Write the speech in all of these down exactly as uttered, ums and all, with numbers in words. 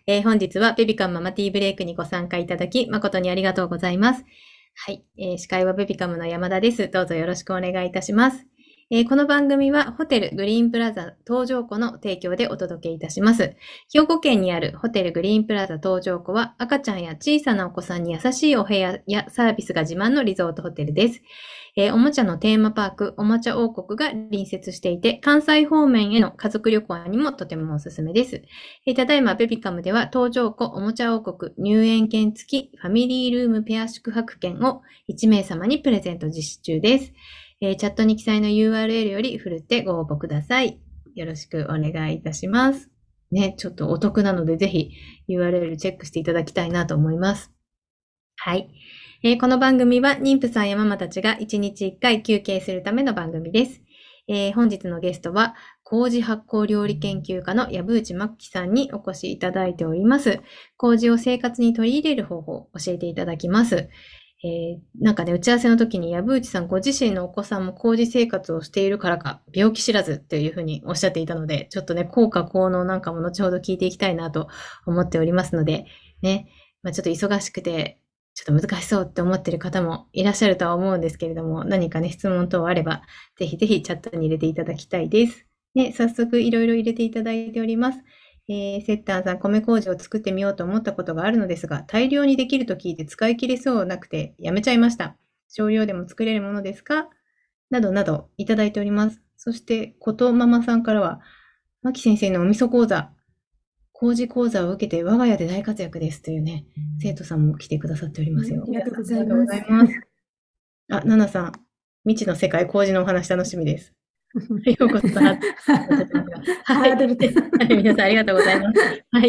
えー本日はベビカムママティーブレイクにご参加いただき、誠にありがとうございます。はい、えー司会はベビカムの山田です。どうぞよろしくお願いいたします。えーこの番組はホテルグリーンプラザ東条湖の提供でお届けいたします。兵庫県にあるホテルグリーンプラザ東条湖は赤ちゃんや小さなお子さんに優しいお部屋やサービスが自慢のリゾートホテルです。えーおもちゃのテーマパーク、おもちゃ王国が隣接していて、関西方面への家族旅行にもとてもおすすめです。えーただいまベビカムでは東条湖おもちゃ王国入園券付きファミリールームペア宿泊券をいち名様にプレゼント実施中です。えーチャットに記載の ユーアールエル よりふるってご応募ください。よろしくお願いいたします。ね、ちょっとお得なのでぜひ ユーアールエル チェックしていただきたいなと思います。はい。えーこの番組は妊婦さんやママたちがいちにちいっかい休憩するための番組です。えー本日のゲストは、麹発酵料理研究家の藪内真紀さんにお越しいただいております。麹を生活に取り入れる方法を教えていただきます。えーなんかね、打ち合わせの時に藪内さんご自身のお子さんも麹生活をしているからか、病気知らずというふうにおっしゃっていたので、ちょっとね、効果効能なんかも後ほど聞いていきたいなと思っておりますので、ね、まあ、ちょっと忙しくて、ちょっと難しそうって思ってる方もいらっしゃるとは思うんですけれども、何かね、質問等あれば、ぜひぜひチャットに入れていただきたいです。ね、早速いろいろ入れていただいております。えー、セッターさん、米麹を作ってみようと思ったことがあるのですが、大量にできると聞いて使い切れそうなくてやめちゃいました。少量でも作れるものですかなどなどいただいております。そして、ことママさんからは、マキ先生のお味噌講座、麹講座を受けて我が家で大活躍ですというね、生徒さんも来てくださっておりますよ。 ありがとうごありがとうございます。 ざいます。あ、ナナさん、未知の世界、麹のお話楽しみです。ようこそ、はおっしゃってますが。はい。 ハードルで。 はい、皆さんありがとうございます。はい。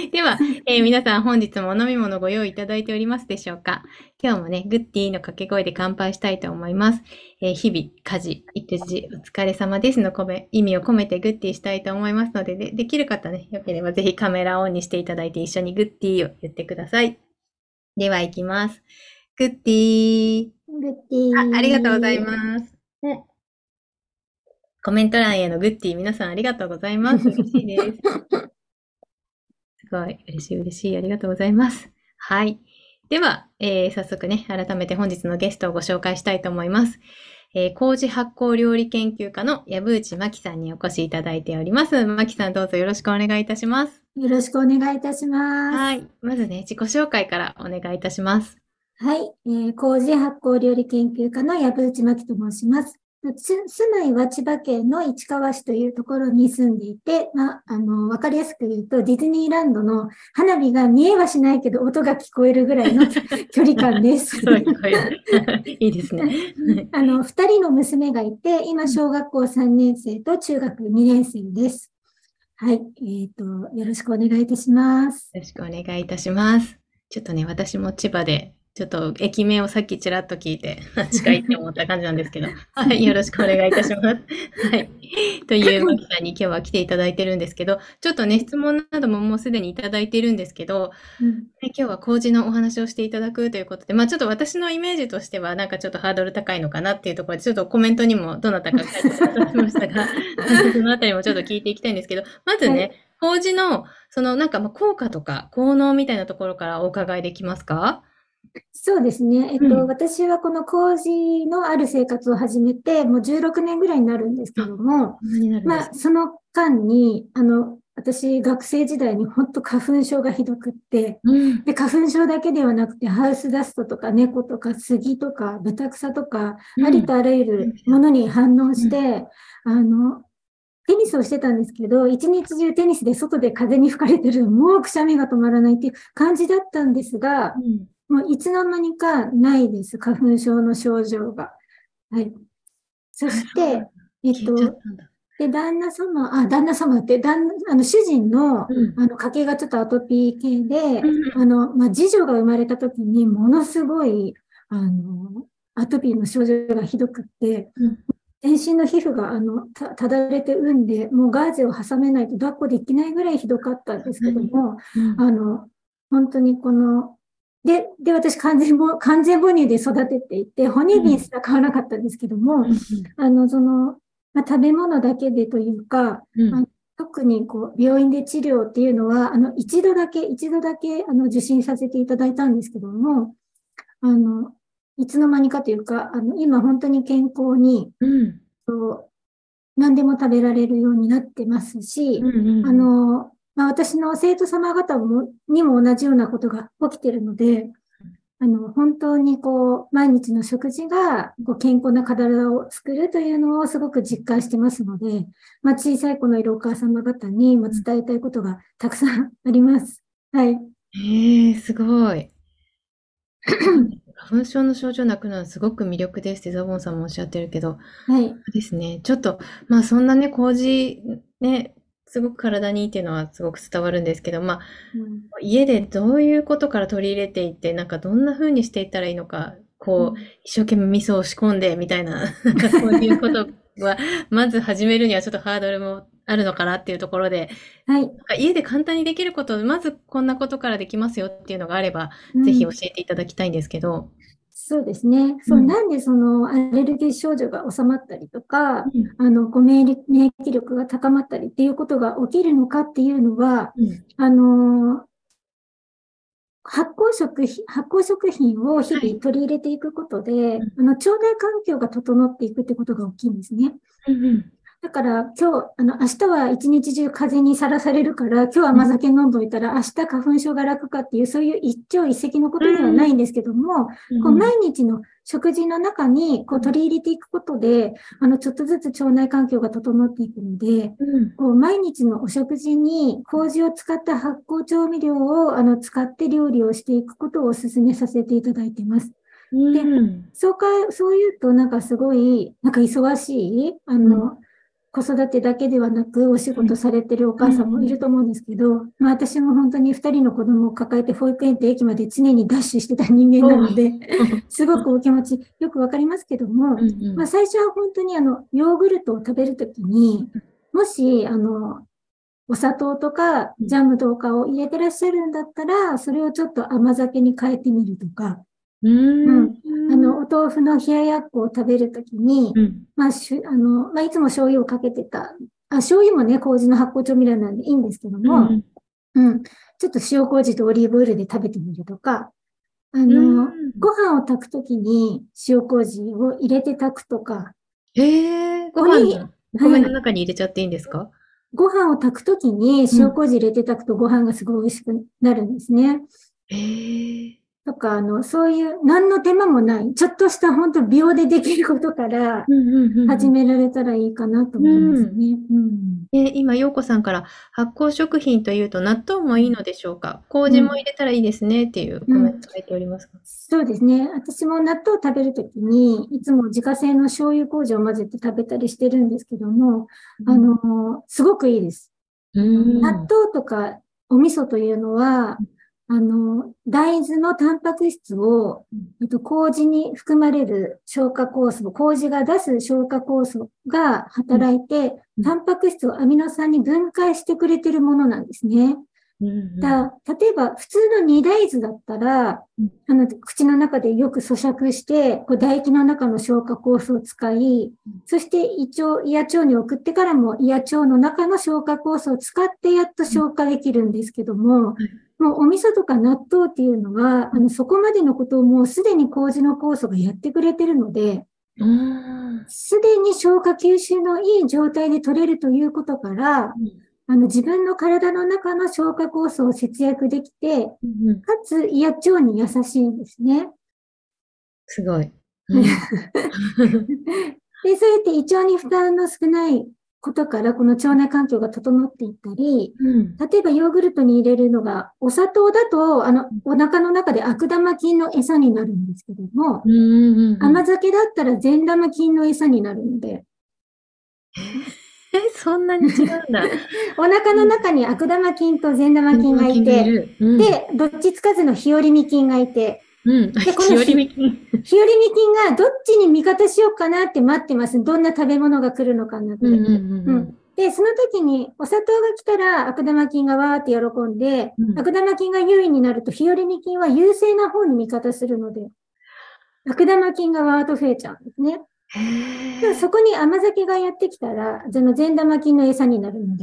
では、えー皆さん本日もお飲み物ご用意いただいておりますでしょうか。今日もね、グッディーの掛け声で乾杯したいと思います。えー日々、家事、育児、お疲れ様ですの込め、意味を込めてグッディーしたいと思いますので、で、できる方ね、よければぜひカメラオンにしていただいて一緒にグッディーを言ってください。では、いきます。グッディー。 グッデあ、ありがとうございィー。 ます。ねコメント欄へのグッディー皆さんありがとうございます。嬉しいです。すごい嬉しい嬉しい。ありがとうございます。はい。では、えー早速ね、改めて本日のゲストをご紹介したいと思います。えー麹発酵料理研究家の藪内真紀さんにお越しいただいております。真紀さんどうぞよろしくお願いいたします。 よろしくお願いいたします。 はい。まずね、自己紹介からお願いいたします。 はい、えー、麹発酵料理研究家の藪内真紀と申します。つ住まいは千葉県の市川市というところに住んでいて、まあ、あの、わかりやすく言うと、ディズニーランドの花火が見えはしないけど音が聞こえるぐらいの距離感です。 そう聞こえる。いいですね。 あの、二人の娘がいて、今、小学校さんねん生と中学にねん生です。はい。えっと、よろしくお願いいたします。 よろしくお願いいたします。ちょっとね、私も千葉で、ちょっと駅名をさっきちらっと聞いて、近いって思った感じなんですけど、はい、よろしくお願いいたします。はい。という、マキさんに今日は来ていただいてるんですけど、ちょっとね、質問などももうすでにいただいているんですけど、 うん、 ね、今日は麹のお話をしていただくということで、まあちょっと私のイメージとしては、なんかちょっとハードル高いのかなっていうところで、ちょっとコメントにもどなたか書いてくださってましたが、そのあたりもちょっと聞いていきたいんですけど、まずね、 はい。 麹の、そのなんかまあ効果とか効能みたいなところからお伺いできますか？ そうですね。えっと、 うん。 私はこの麹のある生活を始めて、もうじゅうろくねんぐらいになるんですけあ、 ども、 こんなになるんです。 まあ、その間に、あの、私、学生時代に本当花粉症がひどくって、 うん。 で、花粉症だけではなくて、ハウスダストとか猫とか杉とか豚草とか、ありうん。 とあらゆるものに反応うん。 して、あの、テニスをしてたんですけど、一日中テニスで外で風に吹かれてる、もうくしゃみが止まらないっていう感じだったんですが、 うん。 もういつの間にかないです。花粉症の症状が。はい。そあ、 しそうなんだ。 て、えっ消えちゃっと、 たんだ。 で、旦那様、あ、旦那様って、旦あの、主人の、 うん。 あの、家系がちょっとアトピー系で、 うん。 あの、まあ、次女が生まれた時に、ものすごい、あの、アトピーの症状がひどくって、 うん。 全身の皮膚が、あの、た、ただれて産んで、もうガーゼを挟めないと抱っこできないぐらいひどかったんですけど何？ も、 うん。 あの、本当にこの、で、で、私完全母、完全母乳で育てていて、 うん。 哺乳瓶すら買わなかったんですけども、 うん。 あの、その、まあ、食べ物だけでというか、 うん。 あの特にこう病院で治療っていうのは、あの、一度だけ、一度だけ、あの、受診させていただいたんですけども、あの、いつの間にかというか、あの、今本当に健康に、 うん。 そう何でも食べられるようになってますし、 うんうんうあん。 の、まあ、私の生徒様方も、にも同じようなことが起きているので、あの、本当にこう、毎日の食事が、こう、健康な体を作るというのをすごく実感してますので、まあ、小さい子のいるお母様方にも伝えたいことがたくさんあります。はい。 へえ、すごい。そうね、花粉症の症状なくなるのはすごく魅力ですってザボンさんもおっしゃってるけど、 はい。 ですね。ちょっと、まあそんなね、麹、ね、すごく体にいいっていうのはすごく伝わるんですけど、まあ、 うん。 家でどういうことから取り入れていって、なんかどんな風にしていったらいいのか、こう、 うん。 一生懸命味噌を仕込んでみたいな、なんかそういうことは、まず始めるにはちょっとハードルもあるのかなっていうところで、 はい。 なんか家で簡単にできること、まずこんなことからできますよっていうのがあれば、ぜひ教うん。 えていただきたいんですけど。 そうですね。そう、 うん。 なんでそのアレルギー症状が収まったりとか、 うん。 あの、こう免疫免疫力が高まったりっていうことが起きるのかっていうのは、 うん。 あの、発酵食品、発酵食品を日はい。 々取り入れていくことで、 うん。 あの、腸内環境が整っていくってことが大きいんですね。 うんうん。 だから今日、あの、明日は一日中風にさらされるから、今日はうん。 甘酒飲んどいたら明日花粉症が楽かっていう、そういう一朝一夕のこうとではないんん。 ですけども、こう、毎うんうん。 日の食事の中にこううん。 取り入れていくことで、あの、ちょっとずつ腸内環境が整っていくので、 うん。 こう、毎日のお食事に麹を使った発酵調味料を、あの、使って料理をしていくことをお勧めさせていただいています。 うで、 ん。 そうか、そう言うと、なんかすごい、なんか忙しい、あうん。 の、子育てだけではなく、お仕うん。 事されてるおうん母さんもいると思うんですけど、まあ私も本当に二人の子供を抱えて保育園と駅まで常にダッシュしてた人間なおお。 ので、すごくお気持ちよくわかりますけども、 うんうん。 まあ最初は本当にあの、ヨーグルトを食べるときに、もし、あの、お砂糖とかうん。 ジャムとかを入れてらっしゃるんだったら、それをちょっと甘酒に変えてみるとか、 うーん。 うん。あの、お豆腐の冷ややっこを食べるときに、 うん。 まあ、しゅ、あの、まあ、いつも醤油をかけてた。あ、醤油もね、麹の発酵調味料なんでいいんですけども、 うんうん。ちょっと塩麹とオリーブオイルで食べてみるとか、あうん。 の、 うーん。 ご飯を炊くときに塩麹を入れて炊くとか、 へえ、ごおに、 飯のお米のはい。 中に入れちゃっていいんですか？ ご飯を炊くときにうん。 塩麹入れて炊くとご飯がすごい美味しくなるんですね。 へえ。 とか、あの、そういう何の手間もない、ちょっとした本当秒でできることからうんうんうん始められたらいいかなと思いまうん。うん。 すね。うん。 で、今、陽子さんから発酵食品というと納豆もうん。 いいのでしょうか？麹も入うん。 れたらいいですねっていううん。 コメント入っておりますが。 そうですね。私も納豆を食べるときに、いつも自家製の醤油麹を混ぜて食べたりしてるんですけども、あうん。 の、すごくいいです。 うあの、納ーん。 豆とかお味噌というのは、あの、大豆のタンパク質を、 うん。 えっと、麹に含まれる消化酵素、麹が出す消化酵素がうん。 働いて、 うん。 タンパク質をアミノ酸に分解してくれてるものなんですね。 うんうんだ、例えば、普通の二大豆だったら、 うん。 あの、口の中でよく咀嚼して、こう唾液の中の消化酵素を使い、そして胃腸、胃や腸に送ってからも胃や腸の中の消化酵素を使ってやっとうん。 消化できるんですけども、 はい。 もうお味噌とか納豆っていうのは、あの、そこまでのことをもうすでに麹の酵素がやってくれてるので、 うーん。 すでに消化吸収のいい状態で取れるということから、 うん。 あの、自分の体の中の消化酵素を節約できて、かうんうん。 つ胃や腸に優しいんですね。 すごい。うん。 で、そうやって胃腸に負担の少ないことから、この腸内環境が整っていったり、 うん。 例えばヨーグルトに入れるのが、お砂糖だと、あの、お腹の中で悪玉菌の餌になるんですけども、 うんうんうんうん。 甘酒だったら善玉菌の餌になるので、 え、そんなに違うんだ。 お腹のうん。 中に悪玉菌と善玉菌善玉がいて、 菌がいる。うん。 で、どっちつかずの日和見菌がいて、 うん。あ、 で、この日和日、 見菌。 日和見菌がどっちに味方しようかなって待ってます。どんな食べ物が来るのかなって。 うんうんうんうん。 うん。で、その時にお砂糖が来たら悪玉菌がわーって喜んで、 うん。 悪玉菌が優位になると日和見菌は優勢な方に味方するので、悪玉菌がわーっと増えちゃうんですね。 へでもえ。 そこに甘酒がやってきたら、その善玉菌の餌になるので。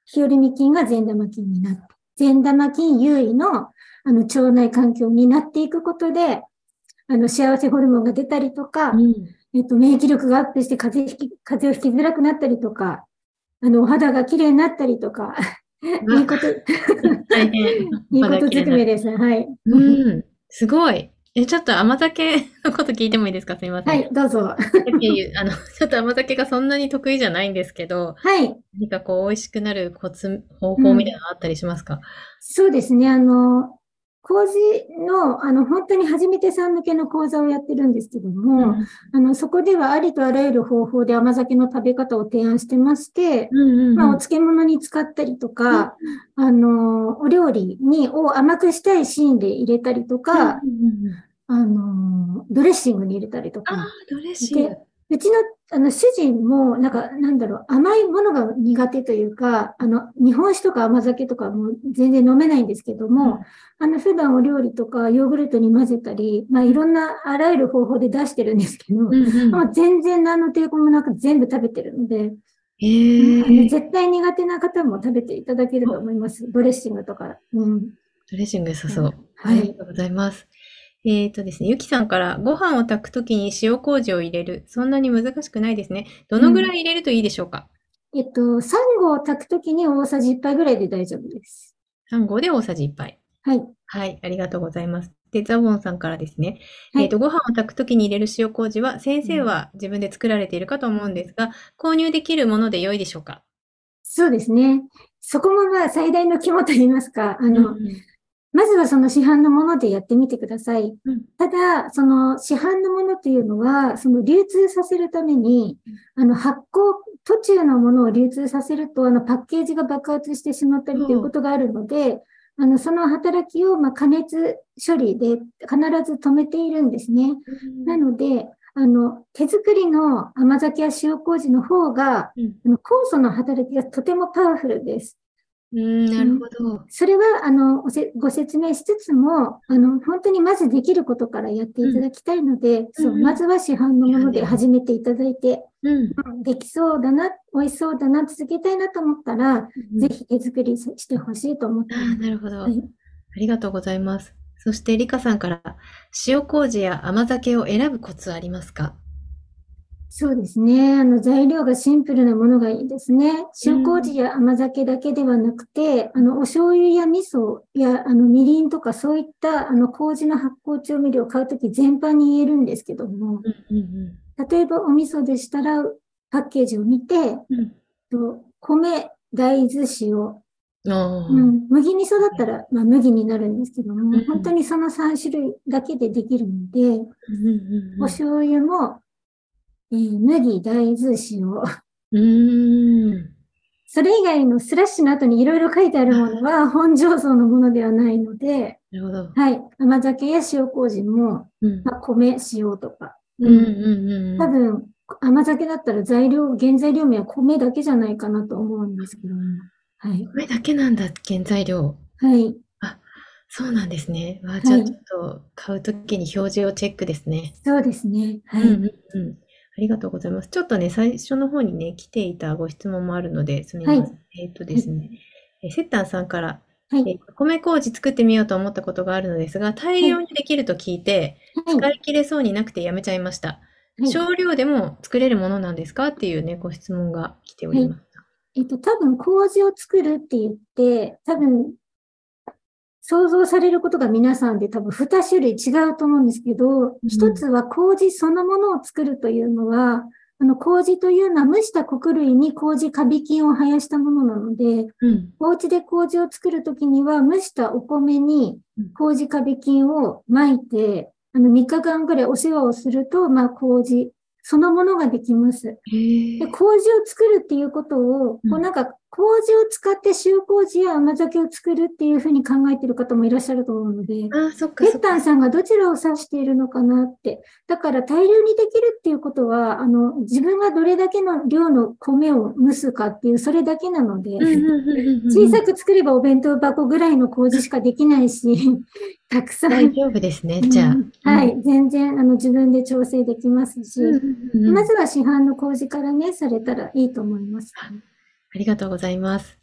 日和見菌が善玉菌になって、善玉菌優位の、あの、腸内環境になっていくことで、あの、幸せホルモンが出たりとか、 うん。 えっと、免疫力がアップして風邪ひき、風邪をひきづらくなったりとか、あの、お肌が綺麗になったりとか、 うわ、 いいこと、 大変。 いいことまだ綺麗になる。 ずくめです。はい。 うん。すごい。え、ちょっと甘酒のこと聞いてもいいですか？すみません。 はい、どうぞ。 さっき言う、あの、ちょっと甘酒がそんなに得意じゃないんですけど、 はい。 何かこう美味しくなるコツ、方うん。 法みたいなのあったりしますか？ そうですね。あの、麹の、あの、本当に初めてさん向けの講座をやってるんですけども、 うん。 あの、そこではありとあらゆる方法で甘酒の食べ方を提案してまして、 うんうんまあ、おうん。 漬物に使ったりとうん。 か、あの、お料理に、を甘くしたいシーンで入れたりとうんうんうか、 んうん。 あの、ドレッシングに入れたりとああ、 か。 ドレッシング。 で、うちの、あの、主人も、なんか、なんだろう、甘いものが苦手というか、あの、日本酒とか甘酒とかも全然飲めないんですけども、 うん。 あの、普段お料理とかヨーグルトに混ぜたり、まあ、いろんなあらゆる方法で出してるんですけど、もうんうん。 う全然何の抵抗もなく全部食べてるので、 へうんあの、 え。 絶対苦手な方も食べていただけると思います。ドレッシングとか。うん。 ドレッシング良さうんそう。あはい。 りがとうございます。えっとですね、ゆきさんから、ご飯を炊くときに塩麹を入れる。そんなに難しくないですね。どのぐらうん。 い入れるといいでしょうか？ えっと、サンゴを炊くときに大さじいっぱいぐらいで大丈夫です。 さん 合で大さじいっぱい。 はい。 はい、ありがとうございます。で、ザボンさんからですね。 はい。 えっと、ご飯を炊くときに入れる塩麹は、先生うんは自分で作られているかと思うんですが、購入できるもので良いでしょうか？ そうですね。そこもまあ最大の肝といいますか、あの、 うんまずはその市販のものでやってみてください。 うん。 ただ、その市販のものというのは、その流通させるために、あの発酵途中のものを流通させると、あのパッケージが爆発してしまったりというそう。 ことがあるので、あの、その働きを、まあ、加熱処理で必ず止めているんですね。なうんので、あの、手作りの甘酒や塩麹の方が、 うん。 あの酵素の働きがとてもパワフルです。 うん、なるうん、 ほど。 それは、あの、ごせご説明しつつも、あの、本当にまずできることからやっていうん。 ただきたいので、そう、 うんうん。 まずは市販のもので市販でも。 始めていただいて、 うん。 うんできそうだな、美味しそうだな、続けたいなと思ったら、 うんうん。 ぜひ手作りしてほしいと思っていああ、 ます。 なるほど。あはい。 りがとうございます。そして、リカさんから、塩麹や甘酒を選ぶコツはありますか？ そうですね。あの、材料がシンプルなものがいいですね。 う塩麹ん。 や甘酒だけではなくて、あの、お醤油や味噌や、あの、みりんとかそういった、あの、麹の発酵調味料を買うとき全般に言えるんですけども、 うんうん例えばお味噌でしたら、パッケージを見て、 うん。 と米、大豆、塩、 うん。ああ。 うん、麦味噌だったら、まあ、麦になるんですけども、本当うん。 にそのさん種類だけでできるので、 うんうんお醤油も、えー麦、大豆、塩。 うん。うーん。 それ以外のスラッシュの後にいろいろ書いてあるものは本醸造のものではないので、 なるほど。 はい。甘酒や塩麹も、 うん。 まあ、米、塩とか。 うんうんうん。 うんうん。 多分、甘酒だったら材料、原材料名は米だけじゃないかなと思うんですけども。はい。 米だけなんだ、原材料。 はい。 あ、そうなんですね。わあ、じゃあちょはい。 っと買うときに表示をチェックですね。 そうですね。はい。 うんうんうん。ありがとうございます。ちょっとね、最初の方にね、来ていたご質問もあるので、すみはい。 ません。 はえっとですい。 ね、え、セッタンさんから、 はい。 え、米麹作ってみようと思ったことがあるのですが、大はい。 量にできると聞いて、 はい。 使い切れそうになくてやめちゃいました。 はい。 少量でも作れるものなんですかっていうね、ご質問が来ておはい。 ります。 えっと、多分、麹を作るって言って、多分、想像されることが皆さんで多分に種類違うと思うんですけど、 うん。 一つは麹そのものを作るというのは、あの麹というのは蒸した穀類に麹カビ菌を生やしたものなので、 うん。 お家で麹を作るときには蒸したお米にうん。 麹カビ菌を撒いて、あのみっかかんぐらいお世話をすると、まあ麹そのものができます。 へで、 え。 麹を作るっていうことを、 うん。 こうなんか、麹を使って塩麹や甘酒を作るっていうふうに考えている方もいらっしゃると思うので、 ああ、そっかペッそっか。 タンさんがどちらを指しているのかなって。だから大量にできるっていうことは、あの、自分がどれだけの量の米を蒸すかっていう、それだけなので、 うんうんうんうんうん小うん。 さく作ればお弁当箱ぐらいの麹しかできないし、たくさん、 大丈夫ですね、じゃあ。 うん、 うん。 はい、全然、あの、自分で調整できますし、 うんうんうんうん。 まずは市販の麹からね、されたらいいと思います。 あ、ありがとうございます。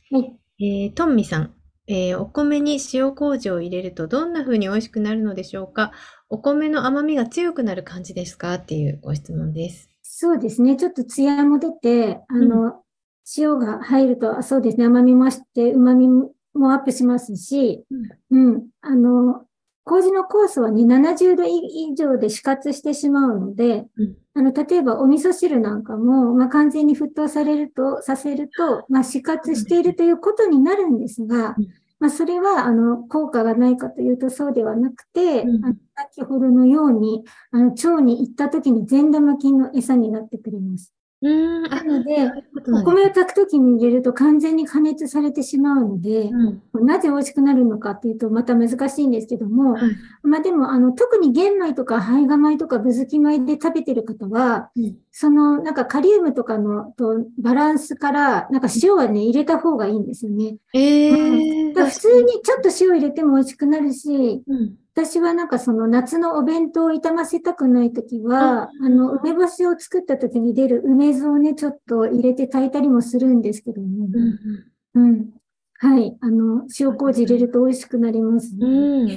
はい。 えー、トンミさん、えーお米に塩麹を入れるとどんな風に美味しくなるのでしょうか？お米の甘みが強くなる感じですかっていうご質問です。 そうですね。ちょっとツヤも出て、あうん。 の、塩が入ると、あそうですね。甘みもして、旨みもアップしますし、 うん。 うん。あの、麹の酵素はね、ななじゅうど以上で死活してしまうので、 うん。 あの、例えばお味噌汁なんかも、まあ、完全に沸騰されると、させると、まあ、死そう活しているなんですね。 ということになるんですが、 うん。 まあ、それは、あの、効果がないかというとそうではなくて、あのうん。 先ほどのように、あの、腸に行った時に善玉菌の餌になってくれます。 うーん、あ、 なので、 そういうことおなんですね。 米を炊くときに入れると完全に加熱されてしまうので、 うん。 なぜ美味しくなるのかっていうとまた難しいんですけども、 はい。 まあでも、あの、特に玄米とか胚芽米とかぶずき米で食べてる方は、 うん。 その、なんかカリウムとかのとバランスから、なんか塩はね、入れた方がいいんですよね。うん。 えー、 だから普通あ、知らなにちょっと塩入れても美味しくなるし、 うん。 私はなんかその夏のお弁当を傷ませたくないときあ、 は、あの、梅干しを作ったときに出る梅酢をね、ちょっと入れて炊いたりもするんですけども、 うんうんうん。はい。あの、 あ塩りがとうございます。 麹入れると美味しくなります。 うん、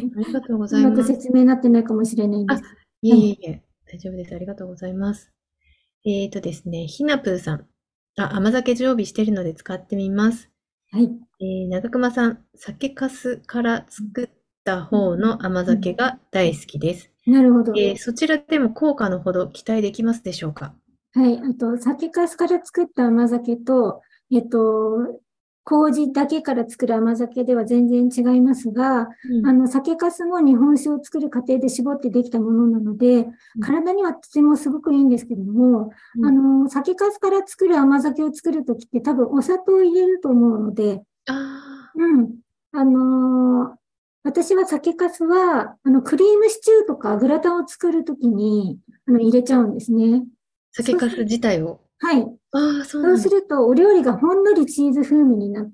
ありがとうごうまくざいます。 説明になってないかもしれないんであ、 すけど。 いえはい。 いえいえ、大丈夫です。ありがとうございます。えーとですね、ひなぷーさん。あ、甘酒常備してるので使ってみます。 はい。 えー、長熊さん、酒粕から作ったうん。 方の甘うん。 酒が大好きです。 なるほど。 えーそちらでも効果のほど期待できますでしょうか？ はい。あと、酒粕から作った甘酒と、えっと、麹だけから作る甘酒では全然違いますが、 うん、 あの、酒粕も日本酒を作る過程で絞ってできたものなので、 うん、 体にはとてもすごくいいんですけども、 うん。 あの、酒粕から作る甘酒を作るときって多分お砂糖を入れると思うので、 ああ、 うん。あのー私は酒粕は、あの、クリームシチューとかグラタンを作るときに、あの、入れちゃうんですね。 酒粕自体を。 はい。 ああ、そうそうなんです。 すると、お料理がほんのりチーズ風味になって、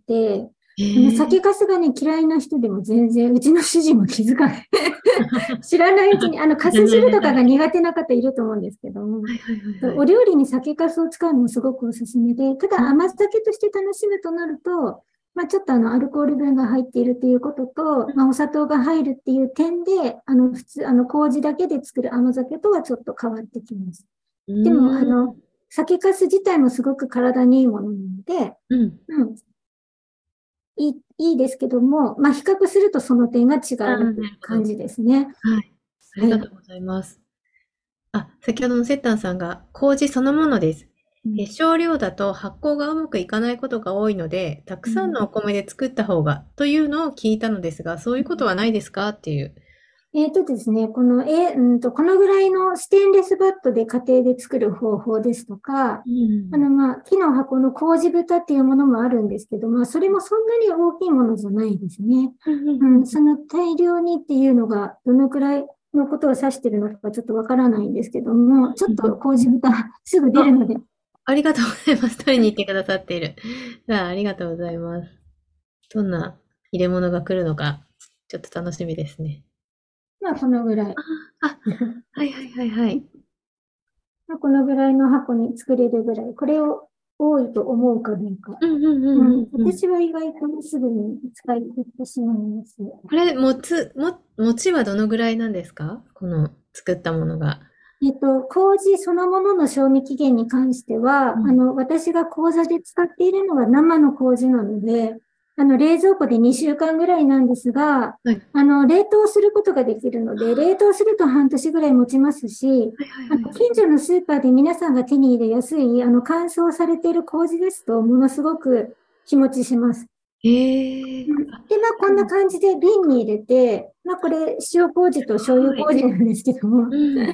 へあの、酒え。 粕がね、嫌いな人でも全然、うちの主人も気づかない。知らないうちに、あの、粕知らない汁とかが間に。 苦手な方いると思うんですけども、 はいはいはいはい。 お料理に酒粕を使うのもすごくおすすめで、ただうん、 甘酒として楽しむとなると、まあ、ちょっとあの、アルコール分が入っているということと、まあ、お砂糖が入るっていう点で、あの、普通、あの、麹だけで作る甘酒とはちょっと変わってきます。 うでも、あーん、 の、酒粕自体もすごく体にいいものなので、 うん。 うん、いい、いいですけども、まあ、比較するとその点が違ああ、なうというるほど。 感じですね。 はい。ありはい。 がとうございます。あ、先ほどのセッタンさんが、麹そのものです。 うん、 え、少量だと発酵がうまくいかないことが多いので、たくさんうん。 のお米で作った方がというのを聞いたのですが、そういうことはないですかっていう。 えーとですね、この、えーうんと、このぐらいのステンレスバットで家庭で作る方法ですとか、 うん。 あの、まあ、木の箱の麹蓋っていうものもあるんですけど、まあ、それもそんなに大きいものじゃないですね。 うんうんうん、 うんうん。 その大量にっていうのが、どのくらいのことを指しているのかちょっとわからないんですけども、ちょっとうんうん。 麹蓋すぐ出るあ、 ので、 ありがとうございます。取りに行ってくださっている。あ、ありがとうございます。どんな入れ物が来るのか、ちょっと楽しみですね。 まあ、このぐらい。 あ、あ、はいはいはいはい。 まあ、このぐらいの箱に作れるぐらい。これを多いと思うかどうか。 うんうんうんうん。 うんうん。 私は意外とすぐに使い切ってしまいます。 これ、もつ、も、餅はどのぐらいなんですか？この作ったものが。 えっと、麹そのものの賞味期限に関しては、あうん。 の、私が講座で使っているのは生の麹なので、あの、冷蔵庫でにしゅうかんぐらいなんですが、 はい。 あの、冷凍することができるので、冷凍すると半年ぐらい持ちますし、 はいはいあの、 はいはい。 近所のスーパーで皆さんが手に入れやすい、あの、乾燥されている麹ですと、ものすごく日持ちします。 へえ。 うんあ、 で、まあ、こんなそう。 感じで瓶に入れて、まあ、これ、塩麹と醤油はい。 麹なんですけども、 うん。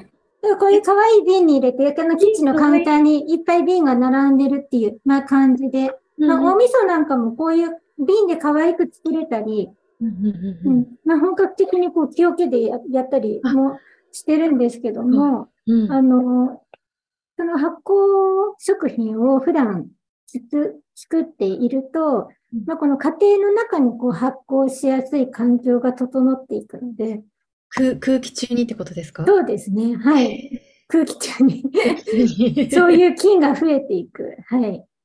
でもこういうえ、 可愛い瓶に入れて、あの、キッチンのかわいい。 カウンターにいっぱい瓶が並んでるっていう、まあ、感じで、まあ、 うんうん。 お味噌なんかもこういう瓶で可愛く作れたり、 うんうんうんうん。 うん、まあ、本格的にこう、木桶でや、やったりあ、 もしてるんですけどはい。 も、あうん。 の、その発酵食品を普段つつ作っていると、 うん。 まあ、この家庭の中にこう発酵しやすい環境が整っていくので、 空空気中にってことですか？ そうですね。はい。空気中に空気中に。 そういう菌が増えていく。はい。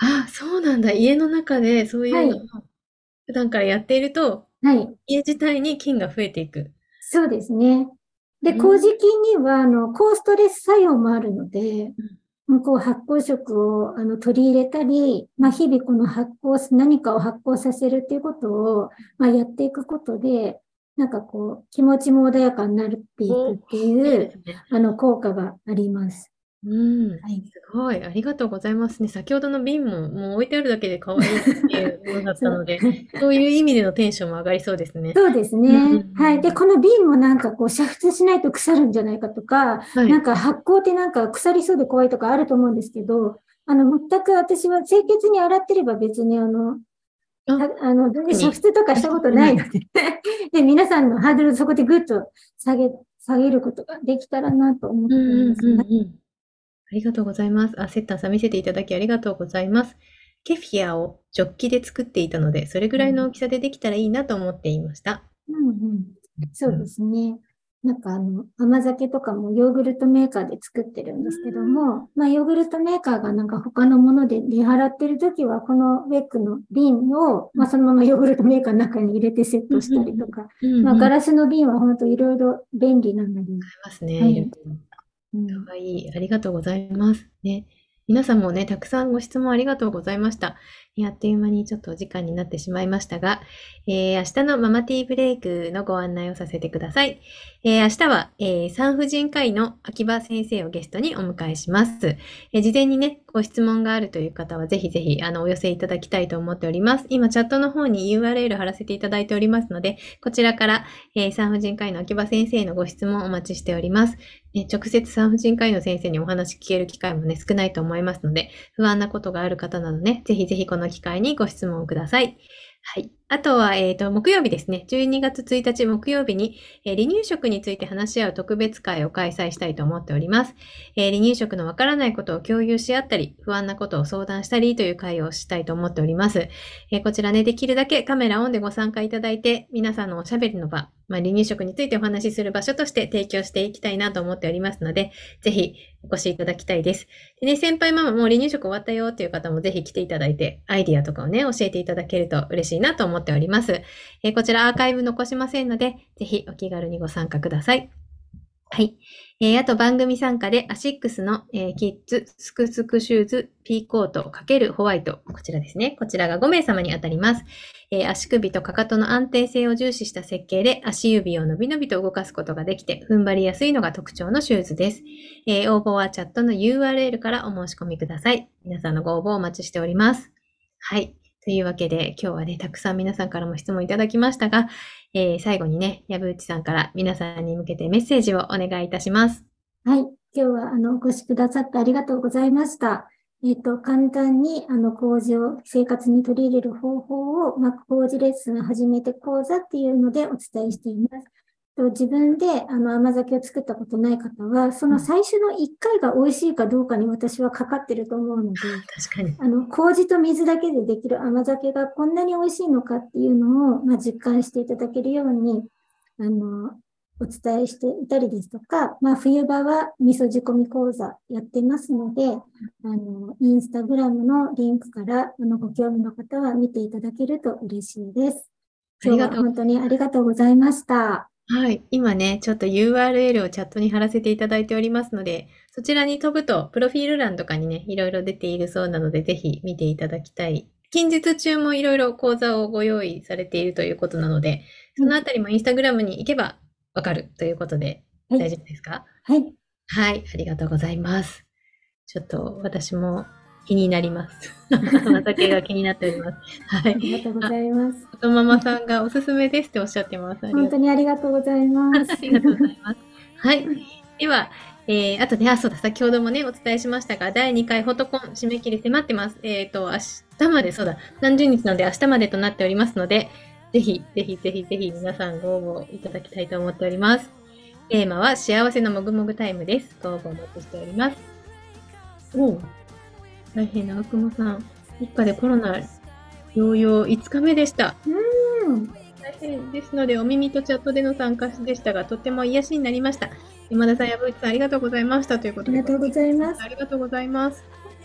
あ、そうなんだ。家の中でそういうのをはい。 普段からやっていると、 はい。 家自体に菌が増えていく。 そうですね。で、 うん。 麹菌には、あの、抗ストレス作用もあるので、 うんうんこう発酵食をあの取り入れたり、まあ、日々この発酵す、何かを発酵させるっていうことを、まあ、やっていくことで、なんかこう、気持ちも穏やかになっていくお、 っていう、 いいですね。 あの、効果があります。 うん、 はい。 すごい、ありがとうございますね。先ほどの瓶も、もう置いてあるだけで可愛いなっていうものだっそう。 たので、そういう意味でのテンションも上がりそうですね。 そうですうんうんうね。はい。で、 ん。 この瓶もなんかこう、煮沸しないと腐るんじゃないかとか、 はい。 なんか発酵ってなんか腐りそうで怖いとかあると思うんですけど、あの、全く私は清潔に洗ってれば別にあの、 あ、 たあの、全然煮特に、 沸とかしたこと必要ない。 ないのでで、皆さんのハードルそこでぐっと下げ、下げることができたらなと思っうんうんています。 うんうん。ありがとうございます。あ、セッタンさん見せていただきありがとうございます。ケフィアをジョッキで作っていたので、それぐらいの大きさでできたらいいなと思っていました。 うんうん。そうでうん。 すね。なんかあの、甘酒とかもヨーグルトメーカーで作ってるんですけども、まあヨーグルトメーカーがなんか他のもので出払ってるときは、このウェックの瓶を、 うんまあそのままヨーグルトメーカーの中に入れてセッうんトしたうんりとか、 うんうんうん。 まあガラスの瓶は本当いろいろ便利なので、 ますね、 はい。 いると。 うん。 はい、ありがとうございます。ね。皆さんもね、たくさんご質問ありがとうございました。あっという間にちょっとお時間になってしまいましたが、えー明日のママティーブレイクのご案内をさせてください。えー明日は、えー産婦人科医の秋葉先生をゲストにお迎えします。えー事前にね、ご質問があるという方はぜひぜひあのお寄せいただきたいと思っております。今、チャットの方に ユーアールエル 貼らせていただいておりますので、こちらから、えー産婦人科医の秋葉先生のご質問をお待ちしております。ね、直接産婦人科医の先生にお話聞ける機会もね、少ないと思いますので、不安なことがある方などね、ぜひぜひこの機会にご質問ください。はい。あとは、えっと、木曜日ですね。じゅうにがつついたち木曜日に、えー離乳食について話し合う特別会を開催したいと思っております。えー離乳食のわからないことを共有し合ったり、不安なことを相談したりという会をしたいと思っております。えーこちらね、できるだけカメラオンでご参加いただいて、皆さんのおしゃべりの場、まあ、離乳食についてお話しする場所として提供していきたいなと思っておりますので、ぜひお越しいただきたいです。でね、先輩ママもう離乳食終わったよっていう方もぜひ来ていただいて、アイディアとかをね、教えていただけると嬉しいなと思っております。えーこちらアーカイブ残しませんので、ぜひお気軽にご参加ください。はい。えー、あと番組参加でアシックスの、えーキッズスクスクシューズピーコート×ホワイト。こちらですね。こちらがごめいさまに当たります。えー足首とかかとの安定性を重視した設計で足指を伸び伸びと動かすことができて踏ん張りやすいのが特徴のシューズです。えー応募はチャットの ユーアールエル からお申し込みください。皆さんのご応募をお待ちしております。はい。というわけで、今日はね、たくさん皆さんからも質問いただきましたが、えー最後にね、矢吹さんから皆さんに向けてメッセージをお願いいたします。 はい。今日は、あの、お越しくださってありがとうございました。えっと、簡単に、あの、麹を生活に取り入れる方法を、まあ、麹レッスン始めて講座っていうのでお伝えしています。と自分で、あの、甘酒を作ったことない方は、その最初のいっかいが美味しいかどうかに私はかかってると思うので、 確かに。 あの、麹と水だけでできる甘酒がこんなに美味しいのかっていうのを、まあ、実感していただけるように、あの、お伝えしていたりですとか、まあ、冬場は味噌仕込み講座やってますので、あの、インスタグラムのリンクから、あの、ご興味の方は見ていただけると嬉しいです。今日ありがとう。 は本当にありがとうございました。 はい。今ね、ちょっと ユーアールエル をチャットに貼らせていただいておりますので、そちらに飛ぶと、プロフィール欄とかにね、いろいろ出ているそうなので、ぜひ見ていただきたい。近日中もいろいろ講座をご用意されているということなので、そのあたりもインスタグラムに行けばわかるということで、 はい大丈夫ですか？ はい。 はい。ありがとうございます。ちょっと私も気になります。甘酒が気になっております。はありがい。 とうごあ、 ざいます。 おママさんがおすすめですっておっしゃってます。ありがとう。 本当にありがとうございまあす。 りがとうございます。はい。では、えー、あとね、あ、そうだ、先ほどもね、お伝えしましたが、だいにかいフォトコン締め切り迫ってます。えっ、と、明日まで、そうだ、さんじゅうにちなので明日までとなっておりますので、ぜひ、ぜひ、ぜひ、ぜひ、皆さんご応募いただきたいと思っております。テーマは、幸せのもぐもぐタイムです。ご応募お待ちしております。おう、大変なくもさん。一家でコロナ療養いつかめでした。 うん。 大変ですので、お耳とチャットでの参加でしたが、とっても癒しになりました。山田さん、矢吹さん、ありがとうございました。ということで、 ありがとうございます。 ありがとうございます。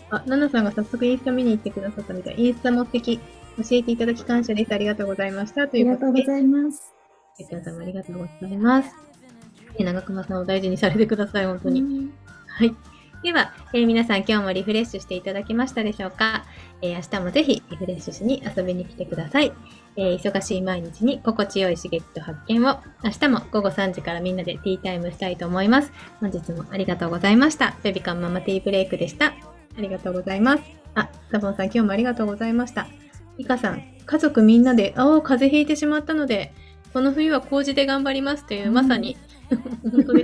あ、ナナさんが早速インスタ見に行ってくださったみたい。インスタも素敵。教えていただき感謝です。ありがとうございました。とありいうことで、 がとうございます。 てっちゃんさんもありがとうございます。え長熊さんを大事にされてください、本当に。 うん、 はい。では、えー皆さん今日もリフレッシュしていただけましたでしょうか。えー明日もぜひリフレッシュしに遊びに来てください。えー忙しい毎日に心地よい刺激と発見を、明日も午後さんじからみんなでティータイムしたいと思います。本日もありがとうございました。ベビカムママティーブレイクでした。ありがとうございます。あ、サボンさん今日もありがとうございました。イカさん、家族みんなで、ああ、風邪ひいてしまったので、この冬は麹で頑張りますという、まさに、本当です。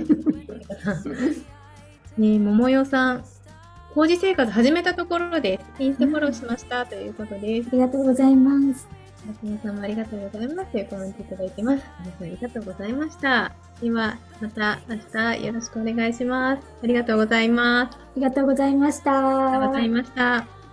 ねえ、桃代さん、麹生活始めたところです。インスタフォローしましたということですあ。りがとうございます。 皆さんもありがとうございますというコメントいただいてます。皆さんありがとうございました。では、また明日よろしくお願いします。ありがとうございます。 ありがとうございました。 ありがとうございました。